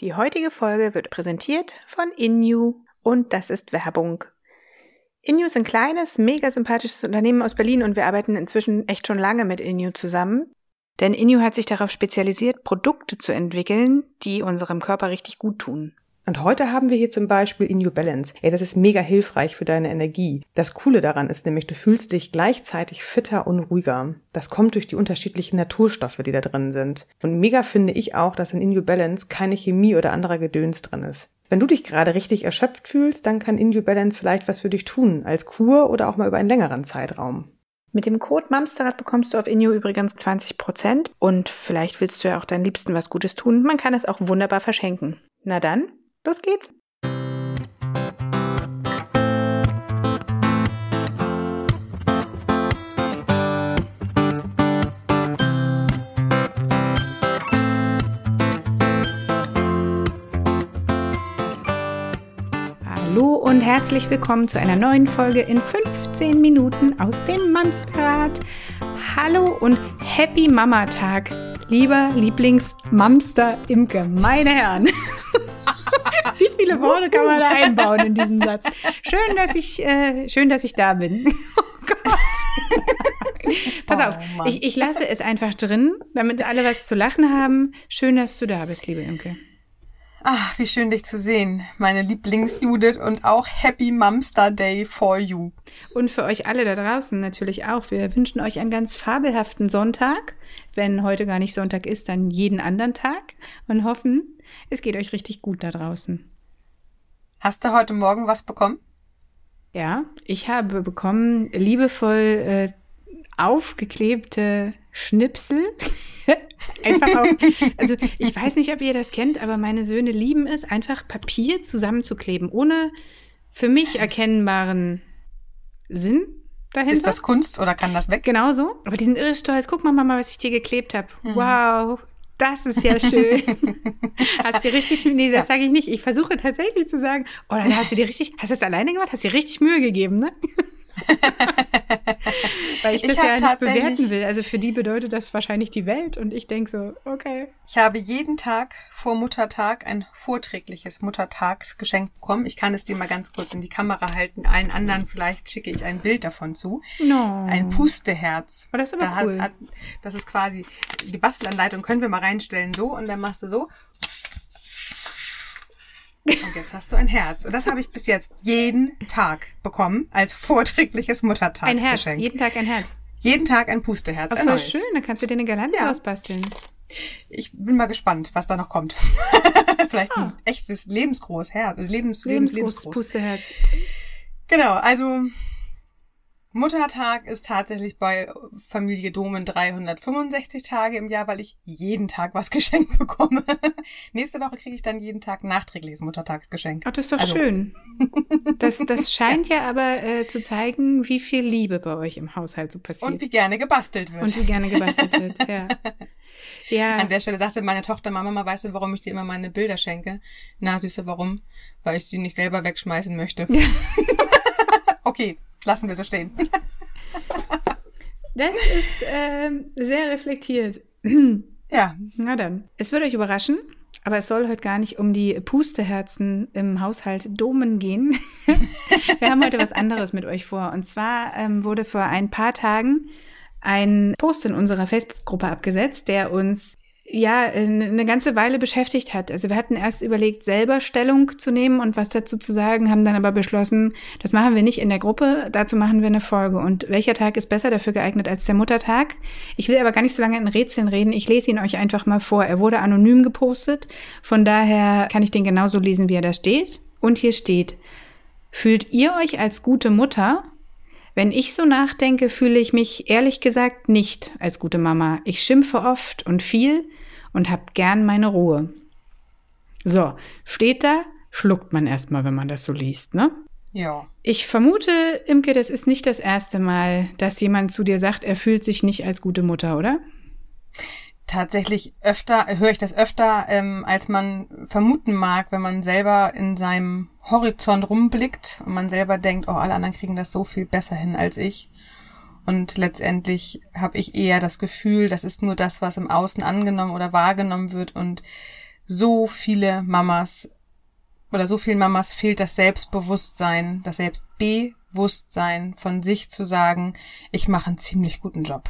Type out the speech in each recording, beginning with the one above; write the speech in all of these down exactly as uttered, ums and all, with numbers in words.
Die heutige Folge wird präsentiert von Inju und das ist Werbung. Inju ist ein kleines, mega sympathisches Unternehmen aus Berlin und wir arbeiten inzwischen echt schon lange mit Inju zusammen. Denn Inju hat sich darauf spezialisiert, Produkte zu entwickeln, die unserem Körper richtig gut tun. Und heute haben wir hier zum Beispiel Inju Balance. Ey, das ist mega hilfreich für deine Energie. Das Coole daran ist nämlich, du fühlst dich gleichzeitig fitter und ruhiger. Das kommt durch die unterschiedlichen Naturstoffe, die da drin sind. Und mega finde ich auch, dass in Inju Balance keine Chemie oder anderer Gedöns drin ist. Wenn du dich gerade richtig erschöpft fühlst, dann kann Inju Balance vielleicht was für dich tun, als Kur oder auch mal über einen längeren Zeitraum. Mit dem Code Mamsterrad bekommst du auf Inju übrigens zwanzig Prozent und vielleicht willst du ja auch deinen Liebsten was Gutes tun. Man kann es auch wunderbar verschenken. Na dann, los geht's! Hallo und herzlich willkommen zu einer neuen Folge in fünfzehn Minuten aus dem Mamsterrad. Hallo und Happy Mama Tag, lieber Lieblings-Mamster Imke, meine Herren. Wie viele Worte kann man da einbauen in diesen Satz? Schön, dass ich, äh, schön, dass ich da bin. Oh Gott. Pass auf, Oh, ich, ich lasse es einfach drin, damit alle was zu lachen haben. Schön, dass du da bist, liebe Imke. Ach, wie schön, dich zu sehen, meine Lieblings-Judith, und auch Happy Mamster Day for you. Und für euch alle da draußen natürlich auch. Wir wünschen euch einen ganz fabelhaften Sonntag. Wenn heute gar nicht Sonntag ist, dann jeden anderen Tag. Und hoffen, es geht euch richtig gut da draußen. Hast du heute Morgen was bekommen? Ja, ich habe bekommen liebevoll äh, aufgeklebte Schnipsel. Einfach auch, also ich weiß nicht, ob ihr das kennt, aber meine Söhne lieben es, einfach Papier zusammenzukleben, ohne für mich erkennbaren Sinn dahinter. Ist das Kunst oder kann das weg? Genau so, aber die sind irre stolz. Guck mal, Mama, was ich dir geklebt habe. Mhm. Wow, das ist ja schön. Hast du dir richtig, nee, das ja. sage ich nicht. Ich versuche tatsächlich zu sagen, oh, dann hast du dir richtig, hast du das alleine gemacht? Hast du dir richtig Mühe gegeben, ne? Weil ich das ich ja nicht bewerten will. Also für die bedeutet das wahrscheinlich die Welt und ich denke so, okay. Ich habe jeden Tag vor Muttertag ein vorträgliches Muttertagsgeschenk bekommen. Ich kann es dir mal ganz kurz in die Kamera halten. Allen anderen vielleicht schicke ich ein Bild davon zu. No. Ein Pusteherz. Oh, das ist aber da cool. Hat, hat, das ist quasi die Bastelanleitung, können wir mal reinstellen so und dann machst du so. Und jetzt hast du ein Herz. Und das habe ich bis jetzt jeden Tag bekommen als vorträgliches Muttertagsgeschenk. Ein Herz, jeden Tag ein Herz. Jeden Tag ein Pusteherz. Aber voll schön, dann kannst du dir eine Girlande ja. ausbasteln. Ich bin mal gespannt, was da noch kommt. Vielleicht ah. ein echtes lebensgroßes Herz. Lebens, lebensgroßes lebensgroß. Pusteherz. Genau, also Muttertag ist tatsächlich bei Familie Domen dreihundertfünfundsechzig Tage im Jahr, weil ich jeden Tag was geschenkt bekomme. Nächste Woche kriege ich dann jeden Tag nachträgliches Muttertagsgeschenk. Ach, das ist doch also. schön. Das, das scheint ja, ja aber äh, zu zeigen, wie viel Liebe bei euch im Haushalt so passiert. Und wie gerne gebastelt wird. Und wie gerne gebastelt wird, ja. Ja. An der Stelle sagte meine Tochter, Mama, weißt du, warum ich dir immer meine Bilder schenke? Na, Süße, warum? Weil ich sie nicht selber wegschmeißen möchte. Ja. Okay. Lassen wir so stehen. Das ist äh, sehr reflektiert. Ja. Na dann. Es wird euch überraschen, aber es soll heute gar nicht um die Pusteherzen im Haushalt Domen gehen. Wir haben heute was anderes mit euch vor. Und zwar ähm, wurde vor ein paar Tagen ein Post in unserer Facebook-Gruppe abgesetzt, der uns ja eine ganze Weile beschäftigt hat. Also wir hatten erst überlegt, selber Stellung zu nehmen und was dazu zu sagen, haben dann aber beschlossen, das machen wir nicht in der Gruppe, dazu machen wir eine Folge. Und welcher Tag ist besser dafür geeignet als der Muttertag? Ich will aber gar nicht so lange in Rätseln reden, ich lese ihn euch einfach mal vor. Er wurde anonym gepostet, von daher kann ich den genauso lesen, wie er da steht. Und hier steht: Fühlt ihr euch als gute Mutter? Wenn ich so nachdenke, fühle ich mich ehrlich gesagt nicht als gute Mama. Ich schimpfe oft und viel und hab gern meine Ruhe. So, steht da, schluckt man erstmal, wenn man das so liest, ne? Ja. Ich vermute, Imke, das ist nicht das erste Mal, dass jemand zu dir sagt, er fühlt sich nicht als gute Mutter, oder? Tatsächlich öfter, höre ich das öfter, ähm, als man vermuten mag, wenn man selber in seinem Horizont rumblickt und man selber denkt, oh, alle anderen kriegen das so viel besser hin als ich. Und letztendlich habe ich eher das Gefühl, das ist nur das, was im Außen angenommen oder wahrgenommen wird und so viele Mamas oder so vielen Mamas fehlt das Selbstbewusstsein, das Selbstbewusstsein von sich zu sagen, ich mache einen ziemlich guten Job.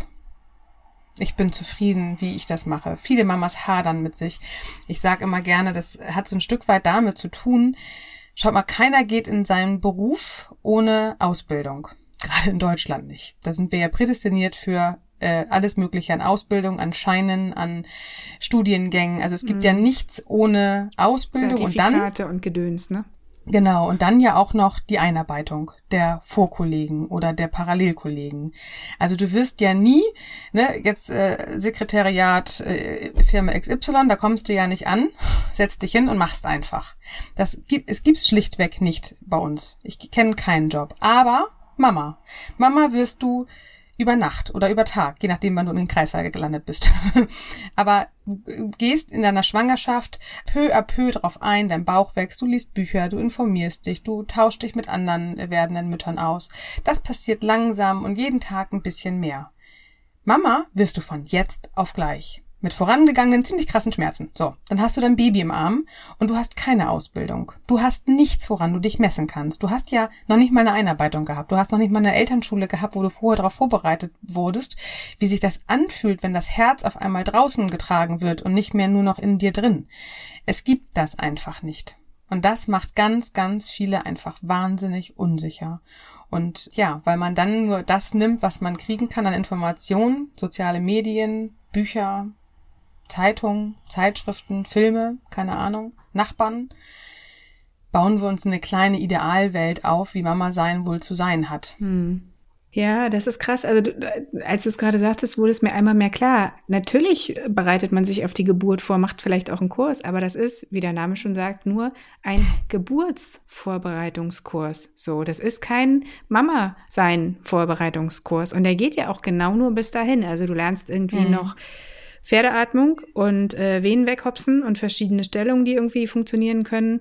Ich bin zufrieden, wie ich das mache. Viele Mamas hadern mit sich. Ich sage immer gerne, das hat so ein Stück weit damit zu tun, schaut mal, keiner geht in seinen Beruf ohne Ausbildung. Gerade in Deutschland nicht. Da sind wir ja prädestiniert für äh, alles Mögliche an Ausbildung, an Scheinen, an Studiengängen. Also es gibt mhm. ja nichts ohne Ausbildung. Zertifikate und dann und Gedöns, ne? Genau, und dann ja auch noch die Einarbeitung der Vorkollegen oder der Parallelkollegen. Also du wirst ja nie, ne, jetzt äh, Sekretariat äh, Firma X Y, da kommst du ja nicht an, setzt dich hin und machst einfach. Das gibt es gibt's schlichtweg nicht bei uns. Ich kenne keinen Job. Aber Mama, Mama wirst du über Nacht oder über Tag, je nachdem, wann du in den Kreißsaal gelandet bist. Aber du gehst in deiner Schwangerschaft peu à peu drauf ein, dein Bauch wächst, du liest Bücher, du informierst dich, du tauschst dich mit anderen werdenden Müttern aus. Das passiert langsam und jeden Tag ein bisschen mehr. Mama wirst du von jetzt auf gleich. Mit vorangegangenen, ziemlich krassen Schmerzen. So, dann hast du dein Baby im Arm und du hast keine Ausbildung. Du hast nichts, woran du dich messen kannst. Du hast ja noch nicht mal eine Einarbeitung gehabt. Du hast noch nicht mal eine Elternschule gehabt, wo du vorher darauf vorbereitet wurdest, wie sich das anfühlt, wenn das Herz auf einmal draußen getragen wird und nicht mehr nur noch in dir drin. Es gibt das einfach nicht. Und das macht ganz, ganz viele einfach wahnsinnig unsicher. Und ja, weil man dann nur das nimmt, was man kriegen kann an Informationen, soziale Medien, Bücher, Zeitungen, Zeitschriften, Filme, keine Ahnung, Nachbarn, bauen wir uns eine kleine Idealwelt auf, wie Mama sein wohl zu sein hat. Hm. Ja, das ist krass. Also du, als du es gerade sagtest, wurde es mir einmal mehr klar. Natürlich bereitet man sich auf die Geburt vor, macht vielleicht auch einen Kurs, aber das ist, wie der Name schon sagt, nur ein Geburtsvorbereitungskurs. So, das ist kein Mama-Sein-Vorbereitungskurs. Und der geht ja auch genau nur bis dahin. Also du lernst irgendwie mhm. noch Pferdeatmung und äh, Venen weghopsen und verschiedene Stellungen, die irgendwie funktionieren können.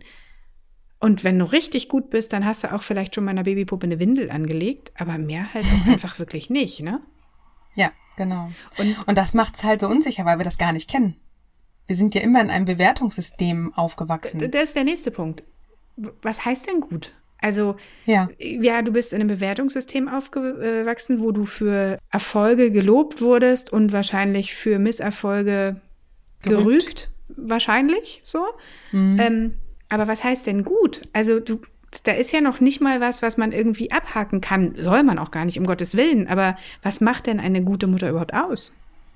Und wenn du richtig gut bist, dann hast du auch vielleicht schon meiner Babypuppe eine Windel angelegt, aber mehr halt auch einfach wirklich nicht, ne? Ja, genau. Und, und das macht's halt so unsicher, weil wir das gar nicht kennen. Wir sind ja immer in einem Bewertungssystem aufgewachsen. Das ist der nächste Punkt. Was heißt denn gut? Also, ja. ja, du bist in einem Bewertungssystem aufgewachsen, wo du für Erfolge gelobt wurdest und wahrscheinlich für Misserfolge gerügt, gerügt wahrscheinlich so. Mhm. Ähm, aber was heißt denn gut? Also, du, da ist ja noch nicht mal was, was man irgendwie abhaken kann. Soll man auch gar nicht, um Gottes Willen. Aber was macht denn eine gute Mutter überhaupt aus?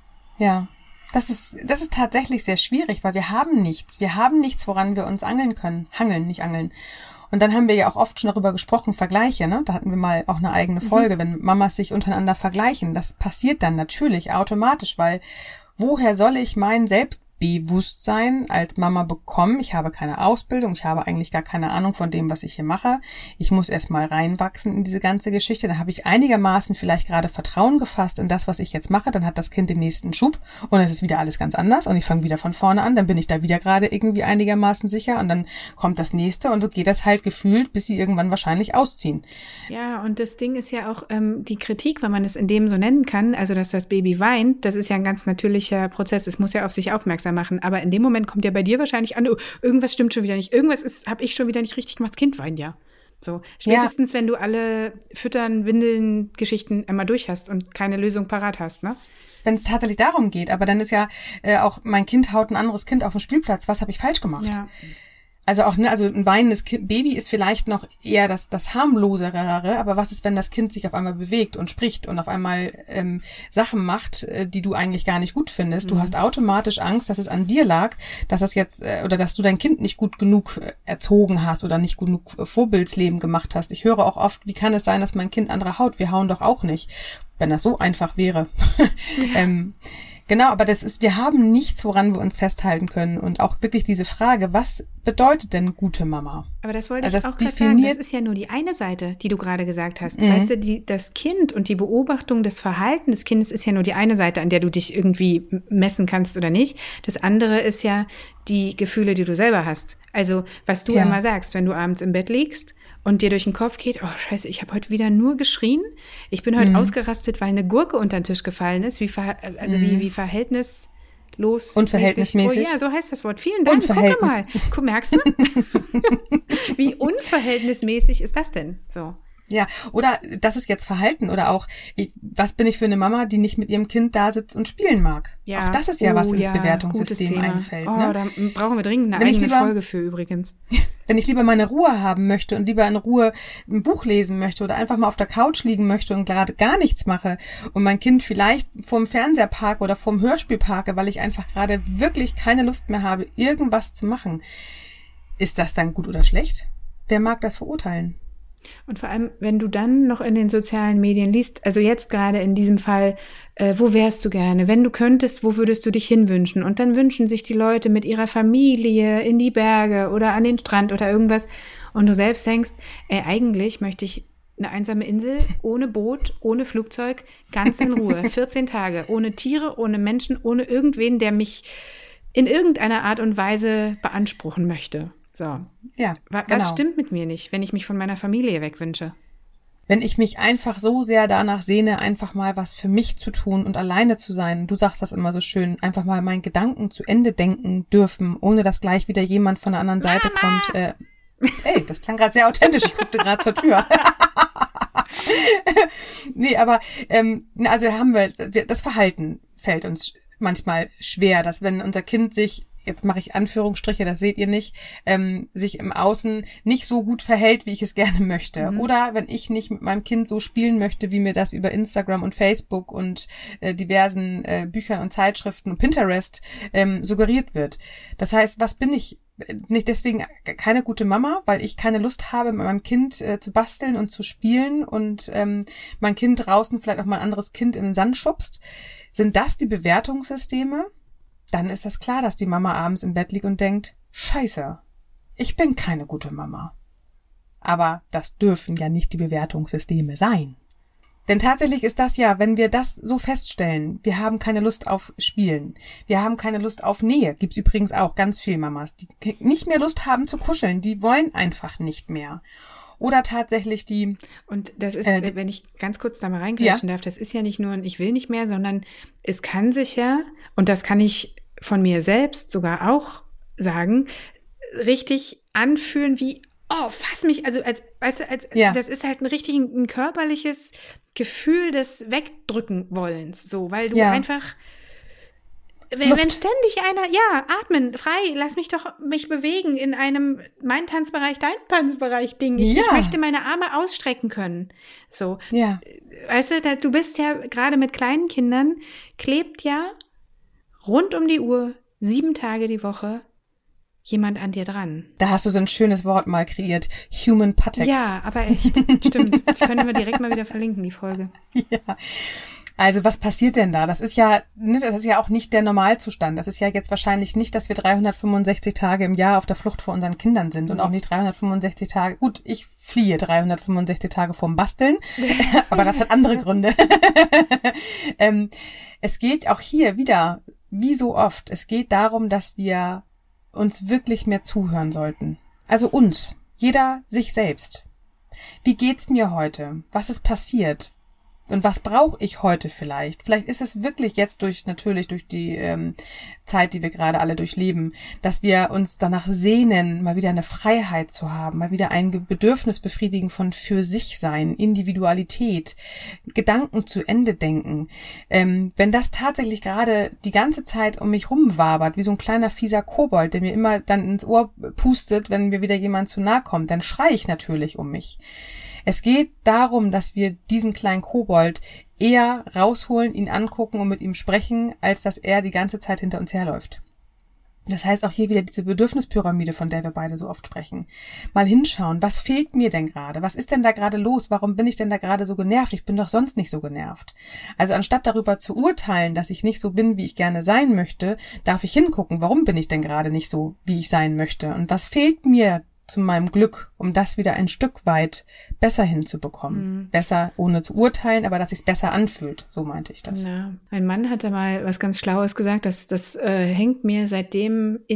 Ja. Das ist, das ist tatsächlich sehr schwierig, weil wir haben nichts. Wir haben nichts, woran wir uns angeln können. Hangeln, nicht angeln. Und dann haben wir ja auch oft schon darüber gesprochen, Vergleiche, ne? Da hatten wir mal auch eine eigene Folge, mhm. wenn Mamas sich untereinander vergleichen. Das passiert dann natürlich automatisch, weil woher soll ich mein Selbstbewusstsein als Mama bekommen? Ich habe keine Ausbildung, ich habe eigentlich gar keine Ahnung von dem, was ich hier mache. Ich muss erst mal reinwachsen in diese ganze Geschichte. Dann habe ich einigermaßen vielleicht gerade Vertrauen gefasst in das, was ich jetzt mache. Dann hat das Kind den nächsten Schub und es ist wieder alles ganz anders und ich fange wieder von vorne an. Dann bin ich da wieder gerade irgendwie einigermaßen sicher und dann kommt das nächste und so geht das halt gefühlt, bis sie irgendwann wahrscheinlich ausziehen. Ja, und das Ding ist ja auch ähm, die Kritik, wenn man es in dem so nennen kann, also dass das Baby weint, das ist ja ein ganz natürlicher Prozess. Es muss ja auf sich aufmerksam machen. Aber in dem Moment kommt ja bei dir wahrscheinlich an, oh, irgendwas stimmt schon wieder nicht. Irgendwas ist, habe ich schon wieder nicht richtig gemacht. Das Kind weint ja. So. Spätestens, ja. wenn du alle Füttern, Windeln, Geschichten einmal durch hast und keine Lösung parat hast, ne? Wenn es tatsächlich darum geht. Aber dann ist ja äh, auch, mein Kind haut ein anderes Kind auf dem Spielplatz. Was habe ich falsch gemacht? Ja. Also auch, ne, also ein weinendes Kind, Baby ist vielleicht noch eher das, das harmlosere, aber was ist, wenn das Kind sich auf einmal bewegt und spricht und auf einmal ähm, Sachen macht, äh, die du eigentlich gar nicht gut findest? Mhm. Du hast automatisch Angst, dass es an dir lag, dass das jetzt, äh, oder dass du dein Kind nicht gut genug äh, erzogen hast oder nicht genug äh, Vorbildsleben gemacht hast. Ich höre auch oft, wie kann es sein, dass mein Kind andere haut? Wir hauen doch auch nicht. Wenn das so einfach wäre. Ja. ähm, Genau, aber das ist, wir haben nichts, woran wir uns festhalten können. Und auch wirklich diese Frage, was bedeutet denn gute Mama? Aber das wollte also ich auch gerade sagen, das ist ja nur die eine Seite, die du gerade gesagt hast. Mhm. Weißt du, die, das Kind und die Beobachtung des Verhaltens des Kindes ist ja nur die eine Seite, an der du dich irgendwie messen kannst oder nicht. Das andere ist ja die Gefühle, die du selber hast. Also, was du ja. immer sagst, wenn du abends im Bett liegst und dir durch den Kopf geht, oh scheiße, ich habe heute wieder nur geschrien. Ich bin heute mhm. ausgerastet, weil eine Gurke unter den Tisch gefallen ist. Wie ver- also mhm. wie, wie verhältnislos los. Unverhältnismäßig. Oh ja, so heißt das Wort. Vielen Dank. Guck mal. Guck, merkst du? Wie unverhältnismäßig ist das denn? So. Ja, oder das ist jetzt Verhalten oder auch, ich, was bin ich für eine Mama, die nicht mit ihrem Kind da sitzt und spielen mag? Ja. Auch das ist ja oh, was ins ja, Bewertungssystem einfällt. Oh, ne? Da brauchen wir dringend eine Wenn ich eigene lieber, Folge für übrigens. Wenn ich lieber meine Ruhe haben möchte und lieber in Ruhe ein Buch lesen möchte oder einfach mal auf der Couch liegen möchte und gerade gar nichts mache und mein Kind vielleicht vorm Fernseher parke oder vorm Hörspiel parke, weil ich einfach gerade wirklich keine Lust mehr habe, irgendwas zu machen, ist das dann gut oder schlecht? Wer mag das verurteilen? Und vor allem, wenn du dann noch in den sozialen Medien liest, also jetzt gerade in diesem Fall, äh, wo wärst du gerne? Wenn du könntest, wo würdest du dich hinwünschen? Und dann wünschen sich die Leute mit ihrer Familie in die Berge oder an den Strand oder irgendwas. Und du selbst denkst, ey, eigentlich möchte ich eine einsame Insel, ohne Boot, ohne Flugzeug, ganz in Ruhe, vierzehn Tage, ohne Tiere, ohne Menschen, ohne irgendwen, der mich in irgendeiner Art und Weise beanspruchen möchte. So. Ja, was genau. stimmt mit mir nicht, wenn ich mich von meiner Familie wegwünsche? Wenn ich mich einfach so sehr danach sehne, einfach mal was für mich zu tun und alleine zu sein, du sagst das immer so schön, einfach mal meinen Gedanken zu Ende denken dürfen, ohne dass gleich wieder jemand von der anderen Seite Mama! kommt. Äh, ey, das klang gerade sehr authentisch, ich guckte gerade zur Tür. Nee, aber ähm, also haben wir, das Verhalten fällt uns manchmal schwer, dass wenn unser Kind sich, jetzt mache ich Anführungsstriche, das seht ihr nicht, ähm, sich im Außen nicht so gut verhält, wie ich es gerne möchte. Mhm. Oder wenn ich nicht mit meinem Kind so spielen möchte, wie mir das über Instagram und Facebook und äh, diversen äh, Büchern und Zeitschriften und Pinterest ähm, suggeriert wird. Das heißt, was bin ich? Nicht deswegen keine gute Mama, weil ich keine Lust habe, mit meinem Kind äh, zu basteln und zu spielen und ähm, mein Kind draußen vielleicht auch mal ein anderes Kind in den Sand schubst. Sind das die Bewertungssysteme? Dann ist das klar, dass die Mama abends im Bett liegt und denkt, Scheiße, ich bin keine gute Mama. Aber das dürfen ja nicht die Bewertungssysteme sein. Denn tatsächlich ist das ja, wenn wir das so feststellen, wir haben keine Lust auf Spielen, wir haben keine Lust auf Nähe, gibt's übrigens auch ganz viele Mamas, die nicht mehr Lust haben zu kuscheln, die wollen einfach nicht mehr. Oder tatsächlich die... Und das ist, äh, wenn ich ganz kurz da mal reingrätschen ja. darf, das ist ja nicht nur ein Ich will nicht mehr, sondern es kann sich ja, und das kann ich von mir selbst sogar auch sagen, richtig anfühlen wie, oh, fass mich, also als, weißt du, als, ja. das ist halt ein richtig ein körperliches Gefühl des Wegdrücken wollens, so, weil du ja. einfach... Wenn, wenn ständig einer, ja, atmen, frei, lass mich doch mich bewegen in einem, mein Tanzbereich, dein Tanzbereich Ding. Ich, ja. ich möchte meine Arme ausstrecken können. So. Ja. Weißt du, da, du bist ja gerade mit kleinen Kindern, klebt ja rund um die Uhr, sieben Tage die Woche, jemand an dir dran. Da hast du so ein schönes Wort mal kreiert. Human Patex. Ja, aber echt. Stimmt. Die können wir direkt mal wieder verlinken, die Folge. Ja. Also was passiert denn da? Das ist ja, das ist ja auch nicht der Normalzustand. Das ist ja jetzt wahrscheinlich nicht, dass wir dreihundertfünfundsechzig Tage im Jahr auf der Flucht vor unseren Kindern sind und auch nicht dreihundertfünfundsechzig Tage. Gut, ich fliehe dreihundertfünfundsechzig Tage vorm Basteln, aber das hat andere Gründe. ähm, es geht auch hier wieder, wie so oft, es geht darum, dass wir uns wirklich mehr zuhören sollten. Also uns, jeder sich selbst. Wie geht's mir heute? Was ist passiert? Und was brauche ich heute vielleicht? Vielleicht ist es wirklich jetzt durch, natürlich durch die ähm, Zeit, die wir gerade alle durchleben, dass wir uns danach sehnen, mal wieder eine Freiheit zu haben, mal wieder ein Bedürfnis befriedigen von für sich sein, Individualität, Gedanken zu Ende denken. Ähm, wenn das tatsächlich gerade die ganze Zeit um mich rumwabert, wie so ein kleiner fieser Kobold, der mir immer dann ins Ohr pustet, wenn mir wieder jemand zu nahe kommt, dann schreie ich natürlich um mich. Es geht darum, dass wir diesen kleinen Kobold eher rausholen, ihn angucken und mit ihm sprechen, als dass er die ganze Zeit hinter uns herläuft. Das heißt auch hier wieder diese Bedürfnispyramide, von der wir beide so oft sprechen. Mal hinschauen, was fehlt mir denn gerade? Was ist denn da gerade los? Warum bin ich denn da gerade so genervt? Ich bin doch sonst nicht so genervt. Also anstatt darüber zu urteilen, dass ich nicht so bin, wie ich gerne sein möchte, darf ich hingucken, warum bin ich denn gerade nicht so, wie ich sein möchte? Und was fehlt mir zu meinem Glück, um das wieder ein Stück weit besser hinzubekommen. Mhm. Besser, ohne zu urteilen, aber dass es sich besser anfühlt. So meinte ich das. Ja. Mein Mann hatte mal was ganz Schlaues gesagt, dass das äh, hängt mir seitdem in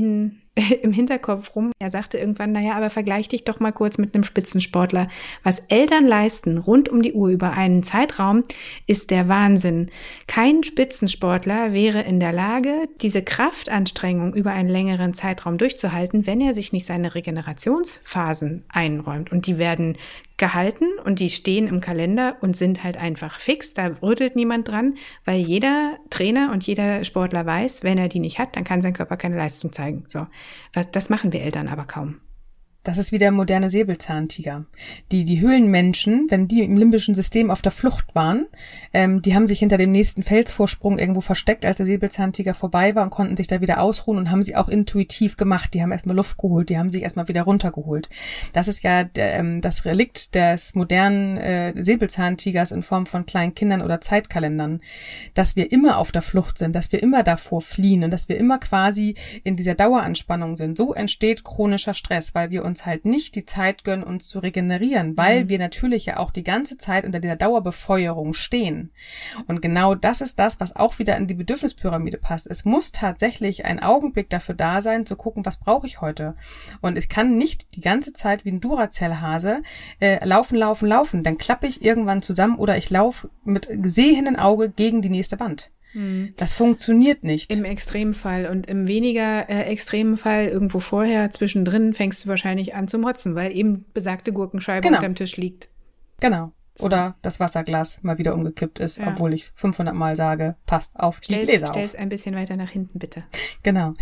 im Hinterkopf rum. Er sagte irgendwann, naja, aber vergleich dich doch mal kurz mit einem Spitzensportler. Was Eltern leisten rund um die Uhr über einen Zeitraum, ist der Wahnsinn. Kein Spitzensportler wäre in der Lage, diese Kraftanstrengung über einen längeren Zeitraum durchzuhalten, wenn er sich nicht seine Regenerationsphasen einräumt. Und die werden gehalten und die stehen im Kalender und sind halt einfach fix. Da rüttelt niemand dran, weil jeder Trainer und jeder Sportler weiß, wenn er die nicht hat, dann kann sein Körper keine Leistung zeigen. So, das machen wir Eltern aber kaum. Das ist wie der moderne Säbelzahntiger. Die, die Höhlenmenschen, wenn die im limbischen System auf der Flucht waren, ähm, die haben sich hinter dem nächsten Felsvorsprung irgendwo versteckt, als der Säbelzahntiger vorbei war und konnten sich da wieder ausruhen und haben sie auch intuitiv gemacht. Die haben erstmal Luft geholt, die haben sich erstmal wieder runtergeholt. Das ist ja der, ähm, das Relikt des modernen äh, Säbelzahntigers in Form von kleinen Kindern oder Zeitkalendern, dass wir immer auf der Flucht sind, dass wir immer davor fliehen und dass wir immer quasi in dieser Daueranspannung sind. So entsteht chronischer Stress, weil wir uns uns halt nicht die Zeit gönnen, uns zu regenerieren, weil mhm. wir natürlich ja auch die ganze Zeit unter dieser Dauerbefeuerung stehen. Und genau das ist das, was auch wieder in die Bedürfnispyramide passt. Es muss tatsächlich ein Augenblick dafür da sein, zu gucken, was brauche ich heute? Und ich kann nicht die ganze Zeit wie ein Duracell-Hase äh, laufen, laufen, laufen. Dann klappe ich irgendwann zusammen oder ich laufe mit sehenden Auge gegen die nächste Wand. Das funktioniert nicht. Im Extremfall und im weniger äh, extremen Fall irgendwo vorher, zwischendrin fängst du wahrscheinlich an zu motzen, weil eben besagte Gurkenscheibe genau. unterm Tisch liegt. Genau. So. Oder das Wasserglas mal wieder umgekippt ist, ja. obwohl ich fünfhundert Mal sage, passt auf, die Gläser auf. Stell's ein bisschen weiter nach hinten, bitte. Genau.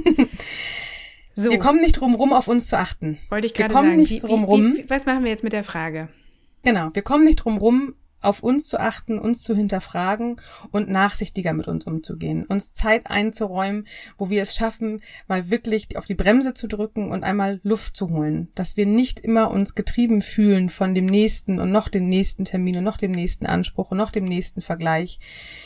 So. Wir kommen nicht drum rum, auf uns zu achten. Wollte ich wir gerade kommen sagen. nicht Wie, drum wie, rum. Wie, was machen wir jetzt mit der Frage? Genau, wir kommen nicht drum rum, auf uns zu achten, uns zu hinterfragen und nachsichtiger mit uns umzugehen, uns Zeit einzuräumen, wo wir es schaffen, mal wirklich auf die Bremse zu drücken und einmal Luft zu holen, dass wir nicht immer uns getrieben fühlen von dem nächsten und noch dem nächsten Termin und noch dem nächsten Anspruch und noch dem nächsten Vergleich.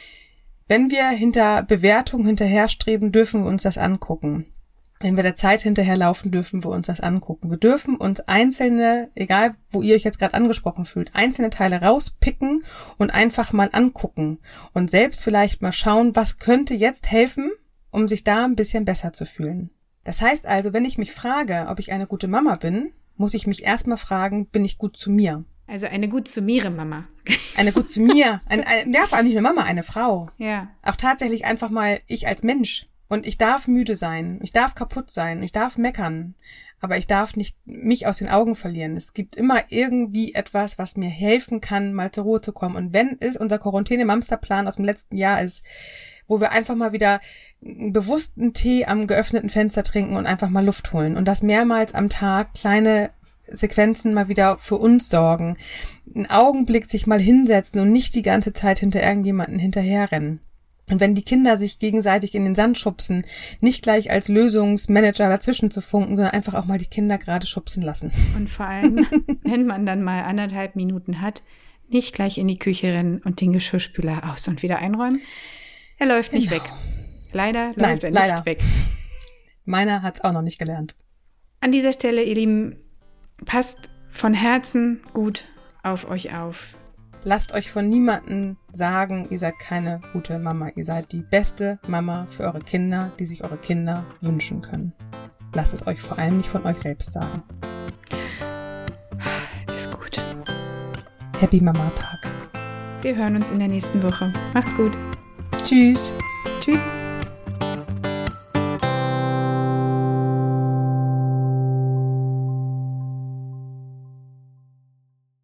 Wenn wir hinter Bewertung hinterherstreben, dürfen wir uns das angucken. Wenn wir der Zeit hinterherlaufen, dürfen wir uns das angucken. Wir dürfen uns einzelne, egal wo ihr euch jetzt gerade angesprochen fühlt, einzelne Teile rauspicken und einfach mal angucken. Und selbst vielleicht mal schauen, was könnte jetzt helfen, um sich da ein bisschen besser zu fühlen. Das heißt also, wenn ich mich frage, ob ich eine gute Mama bin, muss ich mich erstmal fragen, bin ich gut zu mir? Also eine gut zu mir Mama. Eine gut zu mir. Ein, ein, ja, vor allem nicht eine Mama, eine Frau. Ja. Auch tatsächlich einfach mal ich als Mensch. Und ich darf müde sein, ich darf kaputt sein, ich darf meckern, aber ich darf nicht mich aus den Augen verlieren. Es gibt immer irgendwie etwas, was mir helfen kann, mal zur Ruhe zu kommen. Und wenn es unser Quarantäne-Mamsterplan aus dem letzten Jahr ist, wo wir einfach mal wieder einen bewussten Tee am geöffneten Fenster trinken und einfach mal Luft holen und das mehrmals am Tag, kleine Sequenzen mal wieder für uns sorgen, einen Augenblick sich mal hinsetzen und nicht die ganze Zeit hinter irgendjemanden hinterherrennen. Und wenn die Kinder sich gegenseitig in den Sand schubsen, nicht gleich als Lösungsmanager dazwischen zu funken, sondern einfach auch mal die Kinder gerade schubsen lassen. Und vor allem, wenn man dann mal anderthalb Minuten hat, nicht gleich in die Küche rennen und den Geschirrspüler aus und wieder einräumen. Er läuft nicht genau. weg. Leider läuft Nein, er nicht leider. weg. Meiner hat's auch noch nicht gelernt. An dieser Stelle, ihr Lieben, passt von Herzen gut auf euch auf. Lasst euch von niemandem sagen, ihr seid keine gute Mama. Ihr seid die beste Mama für eure Kinder, die sich eure Kinder wünschen können. Lasst es euch vor allem nicht von euch selbst sagen. Ist gut. Happy Mama-Tag. Wir hören uns in der nächsten Woche. Macht's gut. Tschüss. Tschüss.